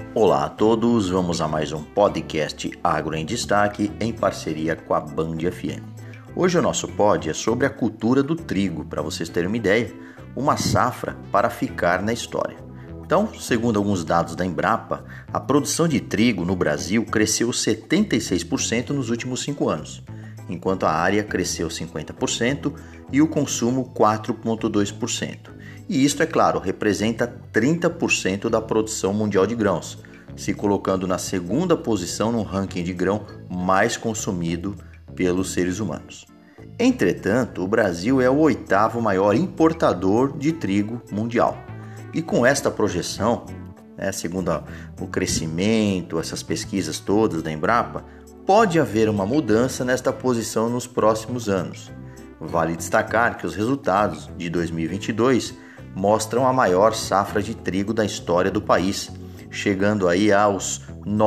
Olá a todos, vamos a mais um podcast Agro em Destaque em parceria com a Band FM. Hoje o nosso pod é sobre a cultura do trigo, para vocês terem uma ideia, uma safra para ficar na história. Então, segundo alguns dados da Embrapa, a produção de trigo no Brasil cresceu 76% nos últimos 5 anos, enquanto a área cresceu 50% e o consumo 4,2%. E isto, é claro, representa 30% da produção mundial de grãos, se colocando na segunda posição no ranking de grão mais consumido pelos seres humanos. Entretanto, o Brasil é o 8º maior importador de trigo mundial. E com esta projeção, segundo o crescimento, essas pesquisas todas da Embrapa, pode haver uma mudança nesta posição nos próximos anos. Vale destacar que os resultados de 2022 mostram a maior safra de trigo da história do país, chegando aí aos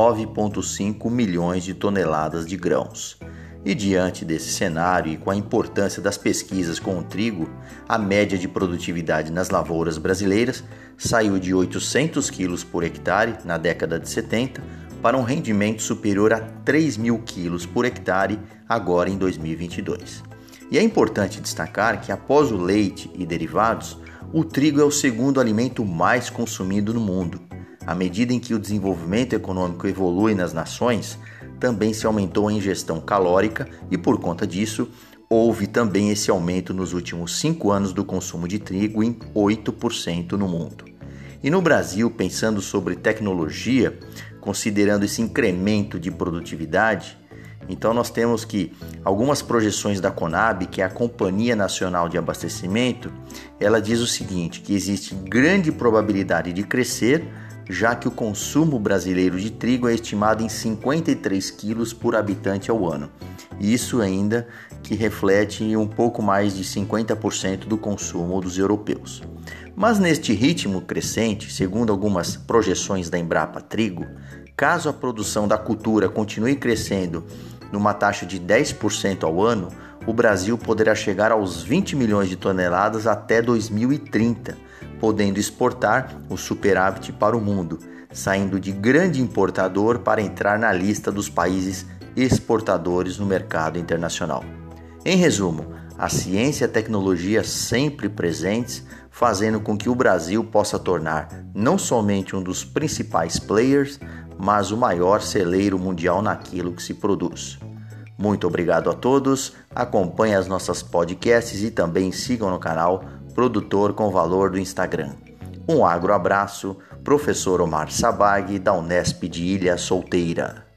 9,5 milhões de toneladas de grãos. E diante desse cenário e com a importância das pesquisas com o trigo, a média de produtividade nas lavouras brasileiras saiu de 800 quilos por hectare na década de 70 para um rendimento superior a 3.000 quilos por hectare agora em 2022. E é importante destacar que após o leite e derivados, o trigo é o segundo alimento mais consumido no mundo. À medida em que o desenvolvimento econômico evolui nas nações, também se aumentou a ingestão calórica e, por conta disso, houve também esse aumento nos últimos 5 anos do consumo de trigo em 8% no mundo. E no Brasil, pensando sobre tecnologia, considerando esse incremento de produtividade, então nós temos que algumas projeções da Conab, que é a Companhia Nacional de Abastecimento, ela diz o seguinte, que existe grande probabilidade de crescer, já que o consumo brasileiro de trigo é estimado em 53 quilos por habitante ao ano. Isso ainda que reflete um pouco mais de 50% do consumo dos europeus. Mas neste ritmo crescente, segundo algumas projeções da Embrapa Trigo, caso a produção da cultura continue crescendo numa taxa de 10% ao ano, o Brasil poderá chegar aos 20 milhões de toneladas até 2030, podendo exportar o superávit para o mundo, saindo de grande importador para entrar na lista dos países exportadores no mercado internacional. Em resumo, a ciência e a tecnologia sempre presentes, fazendo com que o Brasil possa tornar não somente um dos principais players, mas o maior celeiro mundial naquilo que se produz. Muito obrigado a todos, acompanhem as nossas podcasts e também sigam no canal Produtor com Valor do Instagram. Um agro abraço, professor Omar Sabag, da Unesp de Ilha Solteira.